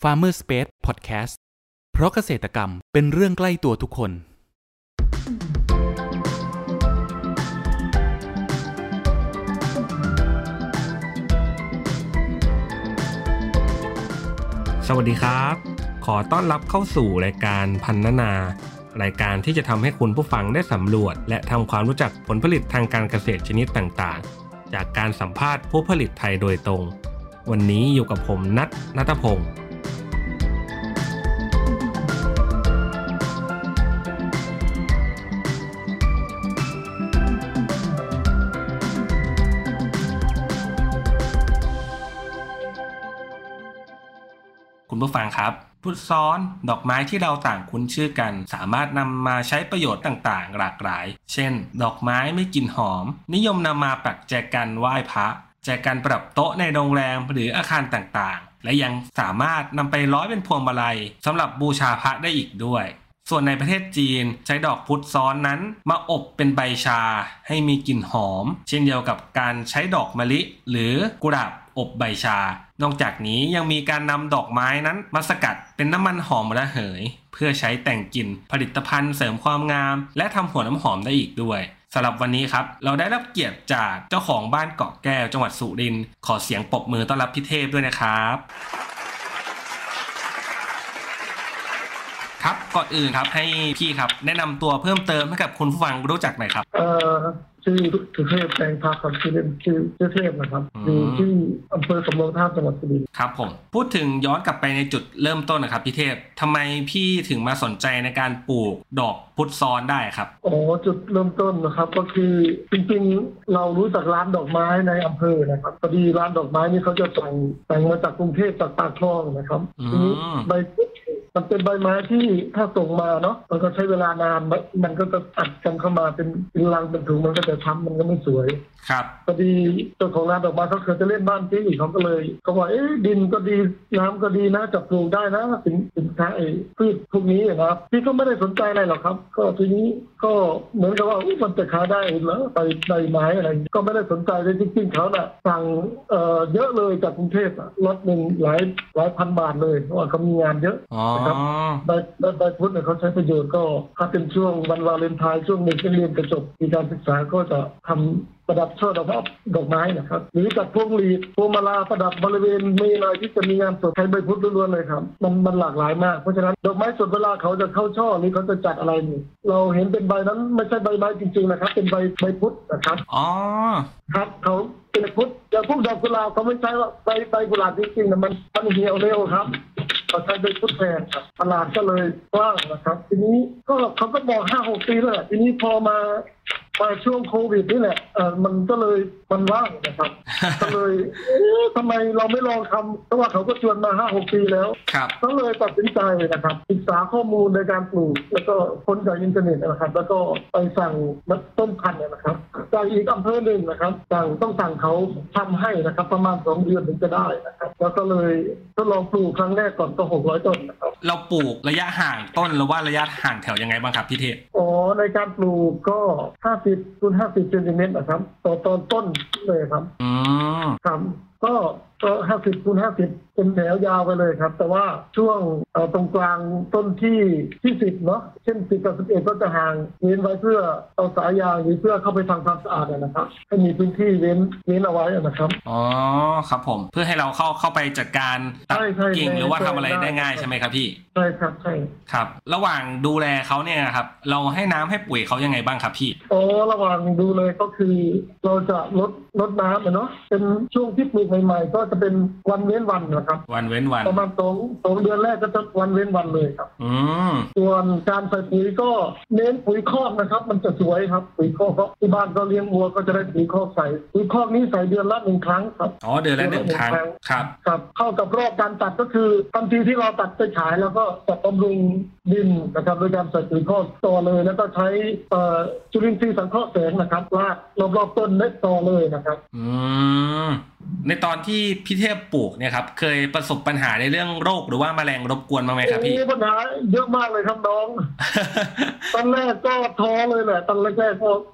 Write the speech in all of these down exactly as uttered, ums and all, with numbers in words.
Farmer Space Podcast เพราะเกษตรกรรมเป็นเรื่องใกล้ตัวทุกคนสวัสดีครับขอต้อนรับเข้าสู่รายการพันนานารายการที่จะทำให้คุณผู้ฟังได้สำรวจและทำความรู้จักผลผลิตทางการเกษตรชนิดต่างๆจากการสัมภาษณ์ผู้ผลิตไทยโดยตรงวันนี้อยู่กับผมนัท ณัฐพงศ์คุณผู้ฟังครับพุทธซ้อนดอกไม้ที่เราต่างคุ้นชื่อกันสามารถนำมาใช้ประโยชน์ต่างๆหลากหลายเช่นดอกไม้ไม่กลิ่นหอมนิยมนำมาปักแจกันไหว้พระแจกันปรับโต๊ะในโรงแรมหรืออาคารต่างๆและยังสามารถนำไปร้อยเป็นพวงมาลัยสำหรับบูชาพระได้อีกด้วยส่วนในประเทศจีนใช้ดอกพุทธซ้อนนั้นมาอบเป็นใบชาให้มีกลิ่นหอมเช่นเดียวกับการใช้ดอกมะลิหรือกุหลาบอบใบชานอกจากนี้ยังมีการนำดอกไม้นั้นมาสกัดเป็นน้ำมันหอมระเหยเพื่อใช้แต่งกลิ่นผลิตภัณฑ์เสริมความงามและทำหัวน้ำหอมได้อีกด้วยสำหรับวันนี้ครับเราได้รับเกียรติจากเจ้าของบ้านเกาะแก้วจังหวัดสุรินทร์ขอเสียงปรบมือต้อนรับพี่เทพด้วยนะครับครับก่อนอื่นครับให้พี่ครับแนะนำตัวเพิ่มเติมให้กับคุณผู้ฟังรู้จักหน่อยครับเอ่อชื่อสุเทพแสงพักครับชื่อเล่นชื่อชื่อเทพนะครับอยู่ที่อำเภอสำโรงทาบจังหวัดสุรินทร์ครับผมพูดถึงย้อนกลับไปในจุดเริ่มต้นนะครับพี่เทพทำไมพี่ถึงมาสนใจในการปลูกดอกพุทธซ้อนได้ครับอ๋อจุดเริ่มต้นนะครับก็คือจริงๆเรารู้จักร้านดอกไม้ในอำเภอนะครับพอดีร้านดอกไม้นี่เขาจะสั่งสั่งมาจากกรุงเทพจากปากคลองนะครับทีนี้ใบมันเป็นใบไม้ที่ถ้าส่งมาเนาะมันก็ใช้เวลานานมันก็จะอัดกันเข้ามาเป็นเป็นรังเป็นถุงมันก็จะช้ำมันก็ไม่สวยครับพอดีเจ้าของร้านดอกไม้เขาเคยจะเล่นบ้านที่เขาก็เลยเขาบอกเอ๊ะดินก็ดีน้ำก็ดีนะจะปลูกได้นะสินสินค้าไอ้พืชพวกนี้นะครับพี่ก็ไม่ได้สนใจอะไรหรอกครับก็ทีนี้ก็เหมือนกับว่ามันจะขายได้เหรอไปใบไม้อะไรก็ไม่ได้สนใจเลยจริงๆเขาน่ะสั่งเอ่อเยอะเลยจากกรุงเทพอ่ะรถหนึ่งหลายหลายพันบาทเลยเพราะว่าเขามีงานเยอะนะครับใบใบพุทธเนี่ยเขาใช้ประโยชน์ก็ถ้าเป็นช่วงวันวาเลนไทน์ช่วงเด็กเรียนจะจบมีการศึกษาก็จะทำประดับช่อดอกไม้ดอกไม้นะครับหรือจัดพวงหลีดพวงมาลาประดับบริเวณมีอะไรที่จะมีงานสดใช้ใบพุทธล้วนๆเลยครับมันมันหลากหลายมากเพราะฉะนั้นดอกไม้สดเวลาเขาจะเข้าช่อหรือเขาจะจัดอะไรนี่เราเห็นเป็นใบนั้นไม่ใช่ใบไม้จริงๆนะครับเป็นใบใบพุทธนะครับอ๋อครับเขาเป็นพุทธอย่างพวกดอกกุหลาบเขาไม่ใช่ว่าใบใบกุหลาบจริงๆนะมันมันเหี่ยวเร็วครับเขาใช้ใบพุทธแทนครับตลาดก็เลยกว้างนะครับทีนี้ก็เขาก็บอกห้าหกปีแล้วทีนี้พอมามาช่วงโควิดนี่แหละเออมันก็เลยมันว่างนะครับ ก็เลยทำไมเราไม่ลองทำเพราะว่าเขาก็ชวนมาห้าหกปีแล้วก็เลยตัดสินใจนะครับศึกษาข้อมูลในการปลูกแล้วก็ค้นจากอินเทอร์เน็ตนะครับแล้วก็ไปสั่งต้นพันธุ์นะครับจากอีกอำเภอหนึ่งนะครับสั่งต้องสั่งเขาทำให้นะครับประมาณสองเดือนถึงจะได้นะครับแล้วก็เลยทดลองปลูกครั้งแรกก่อนก็หกร้อยต้นนะครับเราปลูกระยะห่างต้นหรือว่าระยะห่างแถวยังไงบ้างครับพี่เทพอ๋อในการปลูกก็ห้าสิบคูณห้าสิบเซนติเมตรนะครับต่อตอนต้นเลยครับอืมครับก็ก็ห้าสิบคูณห้าสิบเป็นแถวยาวไปเลยครับแต่ว่าช่วงเอ่อตรงกลางต้นที่ที่สิบเนาะเช่นสิบกับสิบเอ็ดก็จะห่างเว้นไว้เพื่อเอาสายยางหรือเพื่อเข้าไปทำความสะอาดนะครับให้มีพื้นที่เว้นเว้นเอาไว้นะครับอ๋อครับผมเพื่อให้เราเข้าเข้าไปจัดการตัดกิ่งหรือว่าทำอะไรได้ง่ายใช่ไหมครับพี่ใช่ครับใช่ครับระหว่างดูแลเขาเนี่ยครับเราให้น้ำให้ปุ๋ยเขายังไงบ้างครับพี่อ๋อระหว่างดูแลก็คือเราจะลดลดน้ำเนาะเป็นช่วงที่ปลูกใหม่ๆก็จะเป็นวันเว้นวันนะครับวันเว้นวันประมาณสองสองเดือนแรกก็จะวันเว้นวันเลยครับอืมส่วนการใส่ปุ๋ยก็เน้นปุ๋ยคอกนะครับมันจะสวยครับปุ๋ยคอกเพราะที่บ้านก็เลี้ยงวัวก็จะได้ปุ๋ยคอกใส่ปุ๋ยคอกนี้ใส่เดือนละหนึ่งครั้งครับอ๋อเดือนละหนึ่งครั้งครับครับเข้ากับรอบการตัดก็คือทันทีที่เราตัดไปขายแล้วก็จะบำรุงดินนะครับโดยการใส่ปุ๋ยคอกต่อเลยแล้วก็ใช้จุลินทรีย์สังเคราะห์แสงนะครับลาดรอบๆต้นได้ต่อเลยนะครับอืมในตอนที่พี่เทพปลูกเนี่ยครับเคยประสบปัญหาในเรื่องโรคหรือว่าแมลงรบกวนบ้างไหมครับพี่มีปัญหาเยอะมากเลยครับน้อง ตอนแรกก็ท้อเลยแหละตอนแรกๆพอ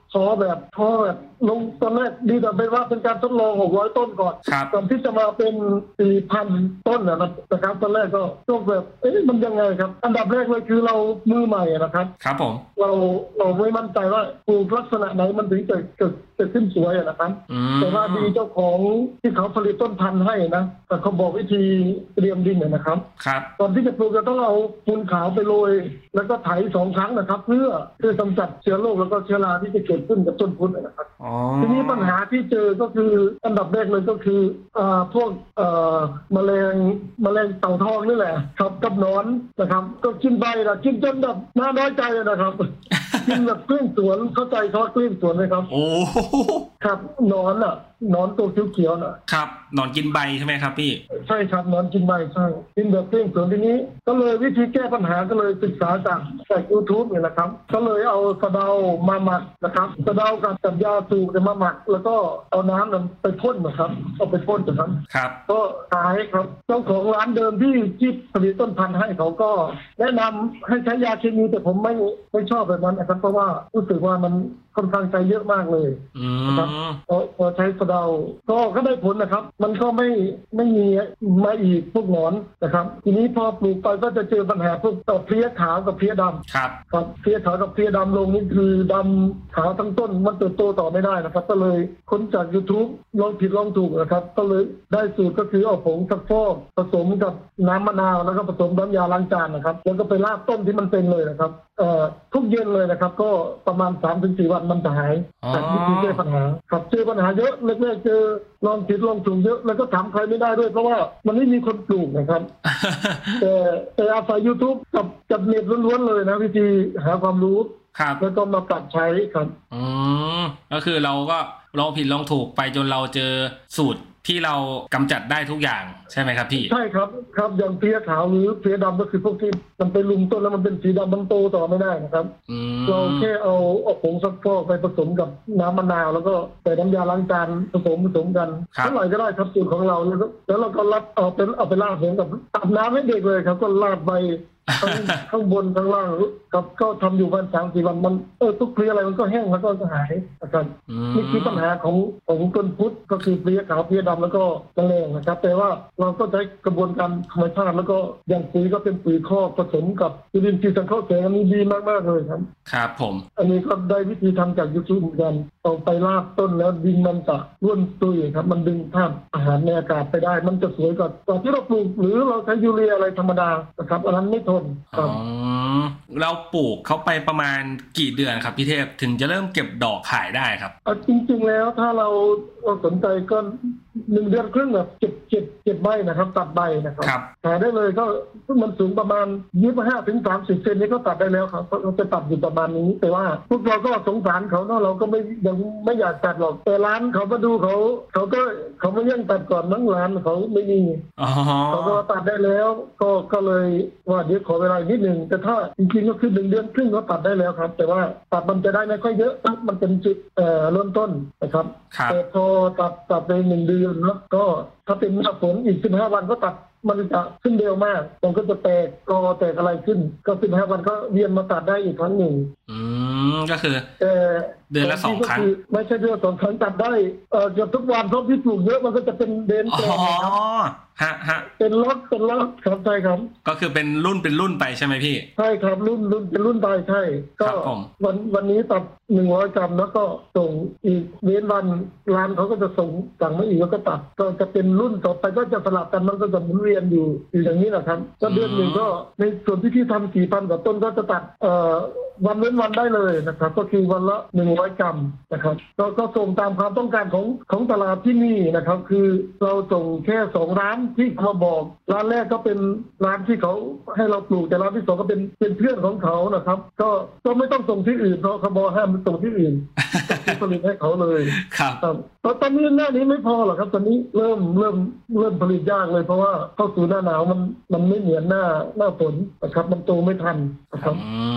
ท้อแบบท้อแบบลงตอนแรกดีแต่เป็นว่าเป็นการทดลองหกร้อยต้นก่อนก่อนที่จะมาเป็น สี่พัน ต้นนะครับตอนแรกก็ต้องแบบเอ๊ะมันยังไงครับอันดับแรกเลยคือเรามือใหม่นะครับครับผมเราเราไม่มั่นใจว่าปลูกลักษณะไหนมันถึงจะเกิดจะขึ้นสวยนะครับแต่ว่าดีเจ้าของที่เขาผลิตต้นพันธุ์ให้นะแต่เขาบอกวิธีเตรียมดินนะครับครับก่อนที่จะปลูกจะต้องเอาปูนขาวไปโรยแล้วก็ไถสองครั้งนะครับเพื่อเพื่อกำจัดเชื้อโรคแล้วก็เชื้อราที่จะเกิดขึ้นกับต้นพุทธนะครับทีนี้ปัญหาที่เจอก็คืออันดับแรกเลยก็คืออ่าพวกเอ่อแมลงแมลงเต่าทองนี่แหละครับกับหนอนนะครับก็กินใบนะกินจนแบบน่าน้อยใจเลยนะครับ กินแบบเกลี้ยงสวนเข้าใจเขาเกลี้ยงสวนไหมครับโอ้ครับหนอนอ่ะหนอนตัวเขียวๆน่ะครับหนอนกินใบใช่ไหมครับพี่ใช่ครับหนอนกินใบใช่กินแบบเกลี้ยงสวนทีนี้ก็เลยวิธีแก้ปัญหาก็เลยศึกษาจากจาก YouTube เนี่ยนะครับก็เลยเอาสะเดามาหมักนะครับสะเดากับกับยาสูบมาหมักแล้วก็เอาน้ำนั้นไปพ่นนะครับเอาไปพ่นนะครับครับก็ขายครับเจ้าของร้านเดิมที่ที่ผลิตต้นพันธุ์ให้เขาก็แนะนำให้ใช้ยาเคมีแต่ผมไม่ไม่ชอบแบบนั้นนะครับเพราะว่ารู้สึกว่ามันค่อนข้างใช้เยอะมากเลยนะครับพอพอใช้สะเดาก็ก็ได้ผลนะครับมันก็ไม่ไม่มีมาอีกพวกหนอนนะครับทีนี้พอปลูกไปก็จะเจอปัญหาพวกต่อเพลี้ยขาวกับเพลี้ยดำครับครับเพลี้ยขาวกับเพลี้ยดำลงนี่คือดำขาวทั้งต้นมันเติบโตต่อไม่ได้นะครับก็เลยค้นจาก YouTube ลองผิดลองถูกนะครับก็เลยได้สูตรก็คือเอาผงซักฟอกผสมกับน้ำมะนาวแล้วก็ผสมน้ำยาล้างจานนะครับแล้วก็ไปราดต้นที่มันเป็นเลยนะครับเอ่อทุกเย็นเลยนะครับก็ประมาณ สามถึงสี่ วันมันจะหายจากวิธีแก้ปัญหาครับเจอปัญหาเยอะแรกๆเจอลองผิดลองถูกเยอะแล้วก็ถามใครไม่ได้ด้วยเพราะว่ามันไม่มีคนปลูกนะครับ แต่แต่อาศัย YouTube กับกับเน็ตล้วนๆเลยนะวิธีหาความรู้แล้วก็มาปรับใช้ครับอืมก็คือเราก็ลองผิดลองถูกไปจนเราเจอสูตรที่เรากำจัดได้ทุกอย่างใช่ไหมครับพี่ใช่ครับครับอย่างเพลี้ยขาวหรือเพลี้ยดำก็คือพวกที่มันเป็นลุมต้นแล้วมันเป็นสีดำมันโตต่อไม่ได้นะครับเราแค่เอาเอาผงซักฟอกไปผสมกับน้ำมะนาวแล้วก็ใส่น้ำยาล้างจานผสมผสมกันเท่าไหร่ก็ได้ครับสูตรของเราแล้วแล้วเราก็รับเอาเป็นเอาไปราดเหมือนกับอาบน้ำให้เด็กเลยครับก็ราดไปข้างบนข้างล่างครับก็ทำอยู่วันสามสี่วันมันเออทุกเพลี้ยอะไรมันก็แห้งแล้วก็หายนะครับนี่คือปัญหาของของต้นพุทธก็คือเพลี้ยขาวเพลี้ยดำแล้วก็แมลงนะครับแต่ว่าเราก็ใช้กระบวนการธรรมชาติแล้วก็อย่างปุ๋ยก็เป็นปุ๋ยคอกผสมกับจุลินทรีย์สังเคราะห์แสงอันนี้ดีมากๆเลยครับครับผมอันนี้ก็ได้วิธีทำจาก YouTube เหมือนกันเอาไปราดต้นแล้วดินมันจะร่วนซุยครับมันดึงธาตุอาหารในอากาศไปได้มันจะสวยกว่าตอนที่เราปลูกหรือเราใช้ยูเรียอะไรธรรมดานะครับอันนั้นไม่ทนอ๋อเราปลูกเขาไปประมาณกี่เดือนครับพี่เทพถึงจะเริ่มเก็บดอกขายได้ครับเอาจริงๆแล้วถ้าเราเราสนใจก็หนึ่งเดือนครึ่งแบบเก็บเก็บเก็บใบนะครับตัดใบนะครับขายได้เลยก็มันสูงประมาณยี่สิบห้าถึงสามสิบเซนนี้ก็ตัดได้แล้วครับเราจะตัดอยู่ประมาณนี้แต่ว่าพวกเราก็สงสารเขาเนาะเราก็ไม่ยังไม่อยากตัดหรอกแต่ร้านเขามาดูเขาเขาก็เขาไม่ยังตัดก่อนนั่งร้านเขาไม่มีเขาก็ตัดได้แล้วก็ก็เลยว่าเดี๋ยวขอเวลานิดนึงแต่ถ้าจริงๆก็คือหนึ่งเดือนครึ่งก็ตัดได้แล้วครับแต่ว่าตัดมันจะได้ไม่ค่อยเยอะมันเป็นจุดเอ่อเริ่มต้นนะครับแต่พอตัดตัดไปหนึ่งเดือนแล้วก็ถ้าเป็นหน้าฝนอีกสิบห้าวันก็ตัดมันจะขึ้นเร็วมากมันก็จะแตกกอแตกอะไรขึ้นก็สิบห้าวันก็เวียนมาตัดได้อีกครั้งหนึ่งอืมก็คือเดือนละสองครั้งไม่ใช่เดือนสองครั้งตัดได้เอ่อเกือบทุกวันเพราะที่ปลูกเยอะมันก็จะเป็นเดนแตกอ๋อฮะฮะเป็นล็อตเป็นล็อตครับใช่ครับก็คือเป็นรุ่นเป็นรุ่นไปใช่ไหมพี่ใช่ครับรุ่นรุ่นเป็นรุ่นไปใช่ก็วันวันนี้ตัดหนึ่งร้อยกรัมแล้วก็ส่งอีกเว้นวันร้านเขาก็จะส่งสั่งมาอีกแล้วก็ตัดก็จะเป็นรุ่นต่อไปก็จะสลับกันมันก็จะหมุนเวียนอยู่อยู่อย่างนี้แหละครับก็เดือนหนึ่งก็ในส่วนที่ที่ทำสี่พันกว่าต้นก็จะตัดเอ่อวันเว้นวันได้เลยนะครับก็คือวันละหนึ่งร้อยกรัมนะครับก็ก็ส่งตามความต้องการของของตลาดที่นี่นะครับคือเราส่งแค่สองร้านที่เขาบอกร้านแรกก็เป็นร้านที่เขาให้เราปลูกแต่ร้านที่สองก็เป็นเป็นเพื่อนของเขานะครับก็ก็ไม่ต้องส่งที่อื่นเพราะเขาบอกห้ามส่งที่อื่นผลิตให้เขาเลยครับตอนนี้หน้านี้ไม่พอหรอกครับตอนนี้เริ่มเริ่มเริ่มผลิตยากเลยเพราะว่าเข้าสู่หน้าหนาวมันมันไม่เหมือนหน้าหน้าฝนนะครับมันโตไม่ทันนะครับ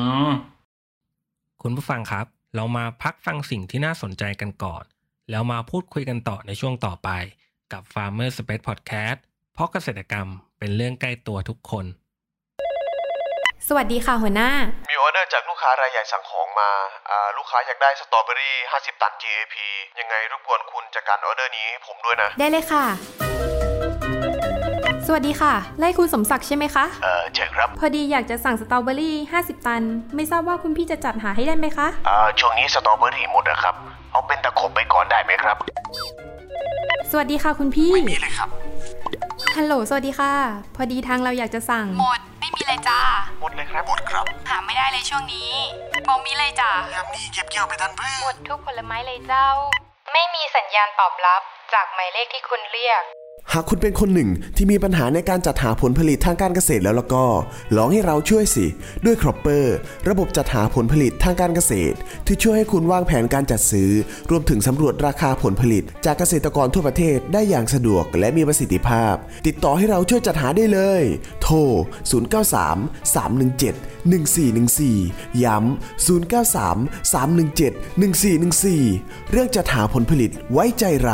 คุณผู้ฟังครับเรามาพักฟังสิ่งที่น่าสนใจกันก่อนแล้วมาพูดคุยกันต่อในช่วงต่อไปกับ Farmer Space Podcast เพราะเกษตรกรรมเป็นเรื่องใกล้ตัวทุกคนสวัสดีค่ะหัวหน้ามีออเดอร์จากลูกค้ารายใหญ่สั่งของมาอ่าลูกค้าอยากได้สตรอเบอรี่ห้าสิบตัน จี เอ พี ยังไงรบกวนคุณจัดการออเดอร์นี้ให้ผมด้วยนะได้เลยค่ะสวัสดีค่ะไล่คุณสมศักดิ์ใช่ไหมคะเออใช่ครับพอดีอยากจะสั่งสตรอเบอรี่ห้าสิบตันไม่ทราบว่าคุณพี่จะจัดหาให้ได้ไหมคะอ่าช่วงนี้สตรอเบอรี่หมดนะครับเอาเป็นตะขบไปก่อนได้ไหมครับสวัสดีค่ะคุณพี่ไม่มีเลยครับฮัลโหลสวัสดีค่ะพอดีทางเราอยากจะสั่งหมดไม่มีเลยจ้าหมดเลยครับหมดครับหาไม่ได้เลยช่วงนี้มองมีเลยจ้ายังมีเก็บเกี่ยวไปทันเพื่อหมดทุกผลไม้เลยเจ้าไม่มีสัญญาณตอบรับจากหมายเลขที่คุณเรียกหากคุณเป็นคนหนึ่งที่มีปัญหาในการจัดหาผลผลิตทางการเกษตรแล้วล่ะก็ลองให้เราช่วยสิด้วย Cropper ระบบจัดหาผลผลิตทางการเกษตรที่ช่วยให้คุณวางแผนการจัดซื้อรวมถึงสำรวจราคาผลผลิตจากเกษตรกรทั่วประเทศได้อย่างสะดวกและมีประสิทธิภาพติดต่อให้เราช่วยจัดหาได้เลยโทรศูนย์ เก้า สาม สาม หนึ่ง เจ็ด หนึ่ง สี่ หนึ่ง สี่ย้ำศูนย์ เก้า สาม สาม หนึ่ง เจ็ด หนึ่ง สี่ หนึ่ง สี่เรื่องจัดหาผลผลิตไว้ใจเรา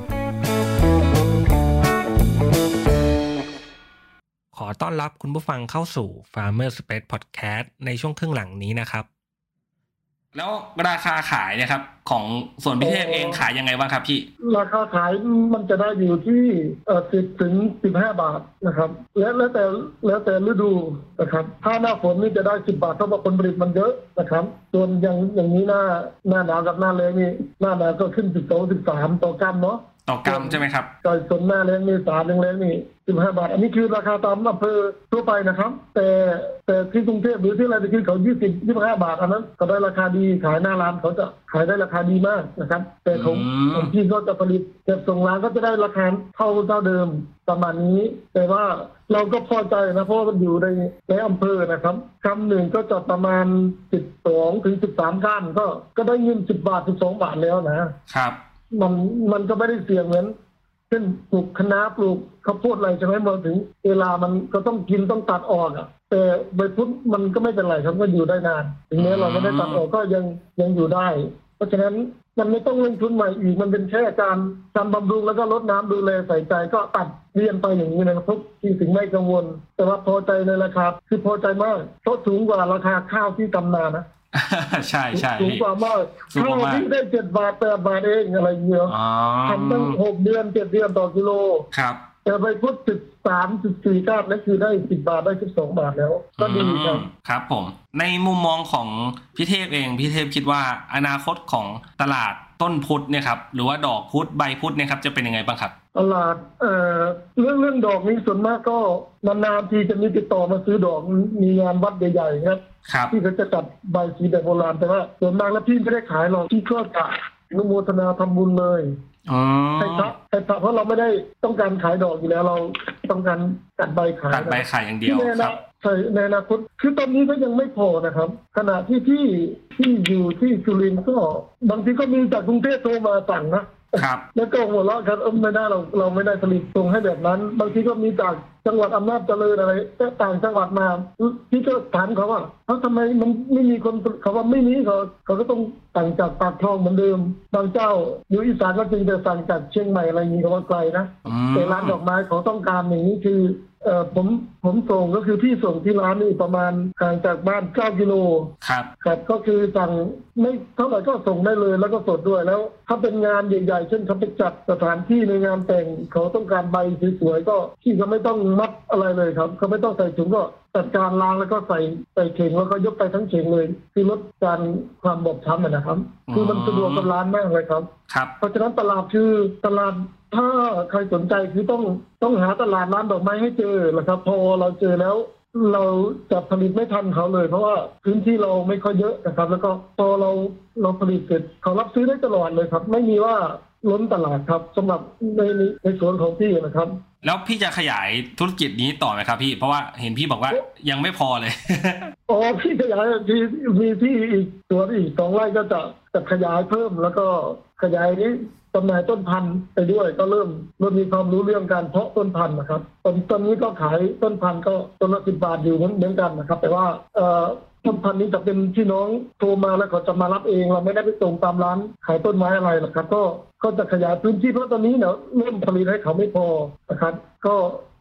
ขอต้อนรับคุณผู้ฟังเข้าสู่ Farmer Space Podcast ในช่วงครึ่งหลังนี้นะครับแล้วราคาขายเนี่ยครับของสวนพิเทพเองขายยังไงบ้างครับพี่ราคาขายมันจะได้อยู่ที่เอ่อสิบถึงสิบห้าบาทนะครับแล้วแล้วแต่แล้วแต่ฤดูนะครับถ้าหน้าฝนนี่จะได้สิบบาทเพราะว่าผลผลิตมันเยอะนะครับส่วนอย่างอย่างนี้หน้าหน้าหนาวกับหน้าแล้งนี่หน้าหนาวก็ขึ้นสิบสอง สิบสามต่อกรัมเนาะต่อกรัมใช่ไหมครับแต่ส่วนหน้าแล้งนี่สามแล้งนี่สิบห้าบาทอันนี้คือราคาตามอำเภอทั่วไปนะครับแต่แต่ที่กรุงเทพหรือที่อะไรที่เขายี่สิบ ยี่สิบห้าบาทอันนั้นก็ได้ราคาดีขายหน้าร้านเขาจะขายได้ราคาดีมากนะครับแต่ของของที่เขาจะผลิตเก็บส่งร้านก็จะได้ราคาเท่าเท่าเดิมประมาณนี้แต่ว่าเราก็พอใจนะเพราะมันอยู่ในในอำเภอนะครับคำหนึ่งก็จะประมาณสิบสองถึงสิบสามก้านก็ก็ได้เงินสิบบาทสิบสองบาทแล้วนะครับมันมันก็ไม่ได้เสี่ยงเหมือนเช่นปลูกคะน้าปลูกข้าวโพดอะไรใช่ไหมพอถึงเวลามันก็ต้องกินต้องตัดออกอ่ะแต่ใบพุทธมันก็ไม่เป็นไรครับก็อยู่ได้นานถึงแม้เราไม่ได้ตัดออกก็ยังยังอยู่ได้เพราะฉะนั้นมันไม่ต้องลงทุนใหม่อีกมันเป็นแค่การการบำรุงแล้วก็รดน้ำดูแลใส่ใจก็ตัดเรียนไปอย่างนี้นะครับที่ถึงไม่กังวลแต่ว่าพอใจในราคาคือพอใจมากเพราะสูงกว่าราคาข้าวที่ตำนานะใช่ใช่สูงกว่ามากข้าวที่ได้เจ็ดบาทแปดบาทเองอะไรเงี้ยทำตั้งหกเดือนเจ็ดเดือนต่อกิโลครับแต่ไปพุทธสิบสามสิบสี่ก้านนั่นคือได้สิบบาทได้สิบสองบาทแล้วก็ดีครับครับผมในมุมมองของพี่เทพเองพี่เทพคิดว่าอนาคตของตลาดต้นพุทธเนี่ยครับหรือว่าดอกพุทธใบพุทธเนี่ยครับจะเป็นยังไงบ้างครับตลาดเอ่อเรื่องเรื่องดอกนี้ส่วนมากก็นานๆทีจะมีติดต่อมาซื้อดอกมีงานวัดใหญ่ๆครับที่เขาจะจัดใบสีแบบโบราณแต่ว่าส่วนมากแล้วพี่ไม่ได้ขายหรอกพี่ก็จะอนุโมทนาทำบุญเลยให้พระให้พระเพราะเราไม่ได้ต้องการขายดอกอยู่แล้วเราต้องการตัดใบขายตัดใบขายอย่างเดียวครับใช่ในอนาคตคือตอนนี้ก็ยังไม่พอนะครับขณะที่ที่ที่อยู่ที่สุรินทร์ก็บางทีก็มีจากกรุงเทพโทรมาสั่งนะครับแล้วก็หัวเราะครับไม่ได้เราเราไม่ได้ผลิตตรงให้แบบนั้นบางทีก็มีจากจังหวัดอำนาจเจริญอะไรแต่ต่างจังหวัดมาพี่ก็ถามเขาว่าเขาทำไมมันไม่มีคนเขาว่าไม่มีเขาเขาก็ต้องสั่งจากปากคลองเหมือนเดิมบางเจ้าอยู่อีสานก็จริงแต่สั่งจากเชียงใหม่อะไรอย่างนี้เขาว่าไกลนะแต่ร้านดอกไม้เขาต้องการอย่างนี้คือเอ่อผมผมส่งก็คือพี่ส่งที่ร้านนี่ประมาณห่างจากบ้านเก้ากิโลครับครับก็คือสั่งไม่เท่าไหร่ก็ส่งได้เลยแล้วก็สดด้วยแล้วถ้าเป็นงานใหญ่ๆเช่นเขาไปจัดสถานที่ในงานแต่งเขาต้องการใบสวยๆก็ที่เขาไม่ต้องมัดอะไรเลยครับเขาไม่ต้องใส่ถุงก็จัดการล้างแล้วก็ใส่ใส่เข่งแล้วก็ยกไปทั้งเข่งเลยคือลดการความบอบช้ำนะครับคือมันสะดวกกับร้านมากเลยครับครับเพราะฉะนั้นตลาดคือตลาดถ้าใครสนใจคือต้องต้องหาตลาดร้านดอกไม้ให้เจอนะครับพอเราเจอแล้วเราจะผลิตไม่ทันเขาเลยเพราะว่าพื้นที่เราไม่ค่อยเยอะนะครับแล้วก็พอเราเราผลิตเสร็จเขารับซื้อได้ตลอดเลยครับไม่มีว่าล้นตลาดครับสำหรับในในส่วนของพี่นะครับแล้วพี่จะขยายธุรกิจนี้ต่อไหมครับพี่เพราะว่าเห็นพี่บอกว่ายังไม่พอเลยอ๋อพี่ขยายที่มีที่อีกตัวอีกสองไร่ก็จะจะขยายเพิ่มแล้วก็ขยายนี้จำหน่ายต้นพันธุ์ไปด้วยก็เริ่มเริ่มมีความรู้เรื่องการเพาะต้นพันธุ์นะครับตอนตอนนี้ก็ขายต้นพันธุ์ก็ต้นละสิบบาทอยู่เหมือนกันนะครับแต่ว่าเอ่อต้นพันธุ์นี้จะเป็นพี่น้องโทรมาแล้วเขาจะมารับเองเราไม่ได้ไปส่งตามร้านขายต้นไม้อะไรหรอกครับก็ก็จะขยายพื้นที่เพราะตอนนี้เนี่ยเริ่มผลิตให้เขาไม่พอนะครับก็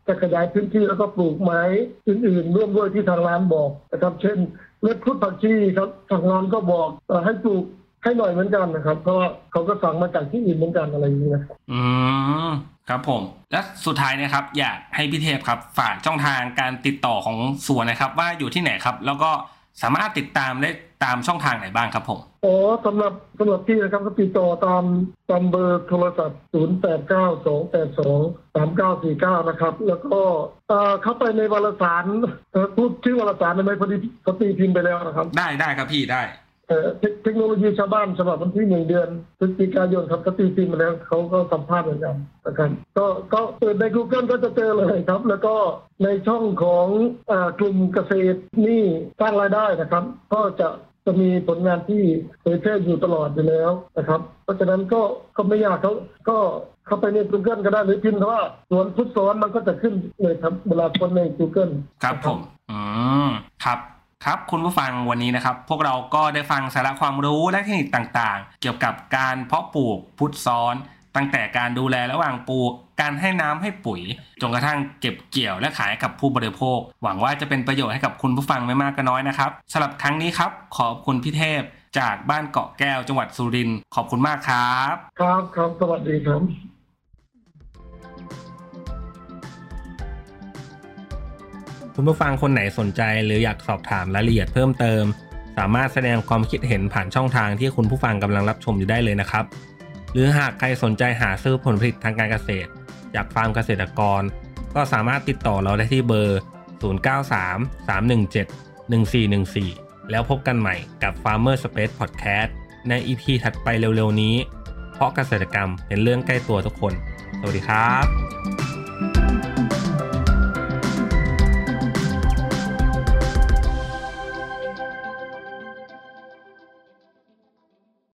จะขยายพื้นที่แล้วก็ปลูกไม้อื่นๆร่วมด้วยที่ทางร้านบอกนะครับเช่นเม็ดพืชผักชีครับทางร้านก็บอกให้ปลูกให้หน่อยเหมือนกันนะครับเพราะว่าเขาก็สั่งมาจากที่อื่นเหมือนกันอะไรอย่างนี้นะครับอืมครับผมและสุดท้ายนะครับอยากให้พี่เทพครับฝากช่องทางการติดต่อของสวนนะครับว่าอยู่ที่ไหนครับแล้วก็สามารถติดตามได้ตามช่องทางไหนบ้างครับผมอ๋อสำหรับสำหรับที่นะครับก็ติดต่อตามตามเบอร์โทรศัพท์ศูนย์ แปด เก้า สอง แปด สอง สาม เก้า สี่ เก้านะครับแล้วก็เอ่อเข้าไปในวารสารพูดชื่อวารสารได้ไหมพอดีเขาตีพิมพ์ไปแล้วนะครับได้ได้ครับพี่ได้เอ่อเทคโนโลยีชาวบ้านฉบับวันที่หนึ่งเดือนพฤศจิกายนครับเขาตีพิมพ์มาแล้วเขาก็สัมภาษณ์เหมือนกันนะครับก็ก็เปิดใน Google ก็จะเจอเลยครับแล้วก็ในช่องของอ่ากลุ่มเกษตรนี่สร้างรายได้นะครับก็จะจะมีผลงานที่เผยแพร่อยู่ตลอดอยู่แล้วนะครับเพราะฉะนั้นก็ก็ไม่ยากเขาก็เข้าไปใน Google ก็ได้หรือพิมพ์ว่าสวนพุทธสอนมันก็จะขึ้นเลยครับเวลาคนใน Google ครับผมอืมครับครับคุณผู้ฟังวันนี้นะครับพวกเราก็ได้ฟังสาระความรู้และเทคนิคต่างๆเกี่ยวกับการเพาะปลูกพุทธซ้อนตั้งแต่การดูแลระหว่างปลูกการให้น้ำให้ปุ๋ยจนกระทั่งเก็บเกี่ยวและขายกับผู้บริโภคหวังว่าจะเป็นประโยชน์ให้กับคุณผู้ฟังไม่มากก็น้อยนะครับสำหรับครั้งนี้ครับขอบคุณพี่เทพจากบ้านเกาะแก้วจังหวัดสุรินทร์ขอบคุณมากครับครับครับสวัสดีครับคุณผู้ฟังคนไหนสนใจหรืออยากสอบถามรายละเอียดเพิ่มเติมสามารถแสดงความคิดเห็นผ่านช่องทางที่คุณผู้ฟังกำลังรับชมอยู่ได้เลยนะครับหรือหากใครสนใจหาซื้อผลผลิตทางการเกษตรจากฟาร์มเกษตรกรก็สามารถติดต่อเราได้ที่เบอร์ศูนย์ เก้า สาม สาม หนึ่ง เจ็ด หนึ่ง สี่ หนึ่ง สี่แล้วพบกันใหม่กับ Farmer Space Podcast ใน อี พี ถัดไปเร็วๆนี้เพราะเกษตรกรรมเป็นเรื่องใกล้ตัวทุกคนสวัสดีครับ